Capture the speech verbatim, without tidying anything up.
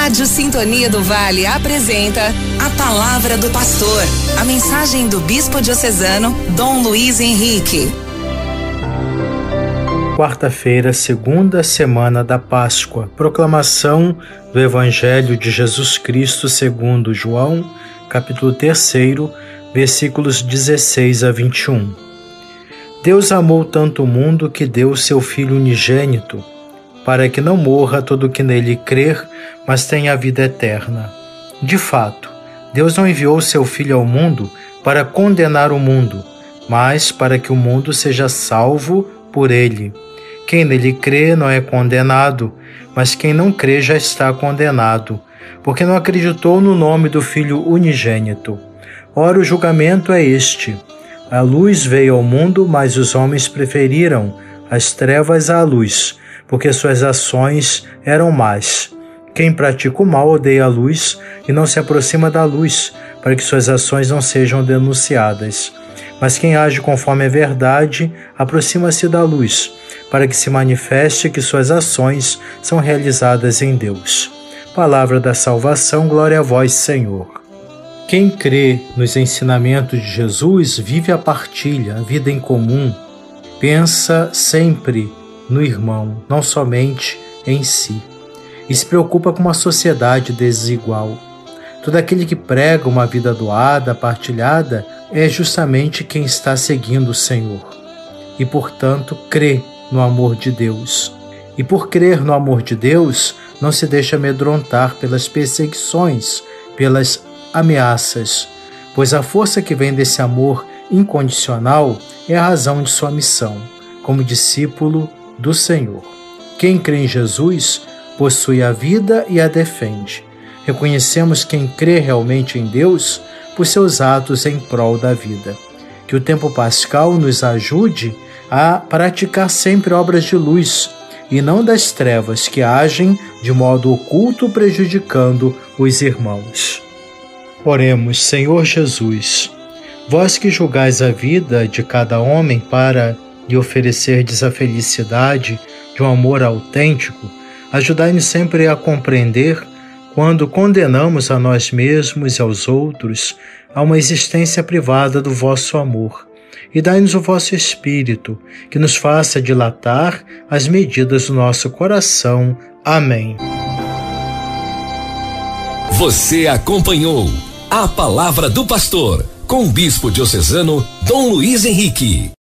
Rádio Sintonia do Vale apresenta a Palavra do Pastor, a mensagem do Bispo Diocesano, Dom Luiz Henrique. Quarta-feira, segunda semana da Páscoa, proclamação do Evangelho de Jesus Cristo segundo João, capítulo terceiro, versículos dezesseis a vinte e um. Deus amou tanto o mundo que deu seu Filho unigênito, para que não morra todo o que nele crer, mas tenha a vida eterna. De fato, Deus não enviou seu Filho ao mundo para condenar o mundo, mas para que o mundo seja salvo por ele. Quem nele crê não é condenado, mas quem não crê já está condenado, porque não acreditou no nome do Filho unigênito. Ora, o julgamento é este: a luz veio ao mundo, mas os homens preferiram as trevas à luz, porque suas ações eram más. Quem pratica o mal odeia a luz e não se aproxima da luz, para que suas ações não sejam denunciadas. Mas quem age conforme a verdade aproxima-se da luz, para que se manifeste que suas ações são realizadas em Deus. Palavra da salvação, glória a vós, Senhor. Quem crê nos ensinamentos de Jesus vive a partilha, a vida em comum, pensa sempre no irmão, não somente em si, e se preocupa com uma sociedade desigual. Todo aquele que prega uma vida doada, partilhada, é justamente quem está seguindo o Senhor e, portanto, crê no amor de Deus. E por crer no amor de Deus, não se deixa amedrontar pelas perseguições, pelas ameaças, pois a força que vem desse amor incondicional é a razão de sua missão, como discípulo do Senhor. Quem crê em Jesus possui a vida e a defende. Reconhecemos quem crê realmente em Deus por seus atos em prol da vida. Que o tempo pascal nos ajude a praticar sempre obras de luz e não das trevas que agem de modo oculto prejudicando os irmãos. Oremos. Senhor Jesus, vós que julgais a vida de cada homem para lhe oferecerdes a felicidade de um amor autêntico, ajudai-nos sempre a compreender, quando condenamos a nós mesmos e aos outros, a uma existência privada do vosso amor, e dai-nos o vosso Espírito, que nos faça dilatar as medidas do nosso coração. Amém. Você acompanhou a Palavra do Pastor, com o Bispo Diocesano Dom Luiz Henrique.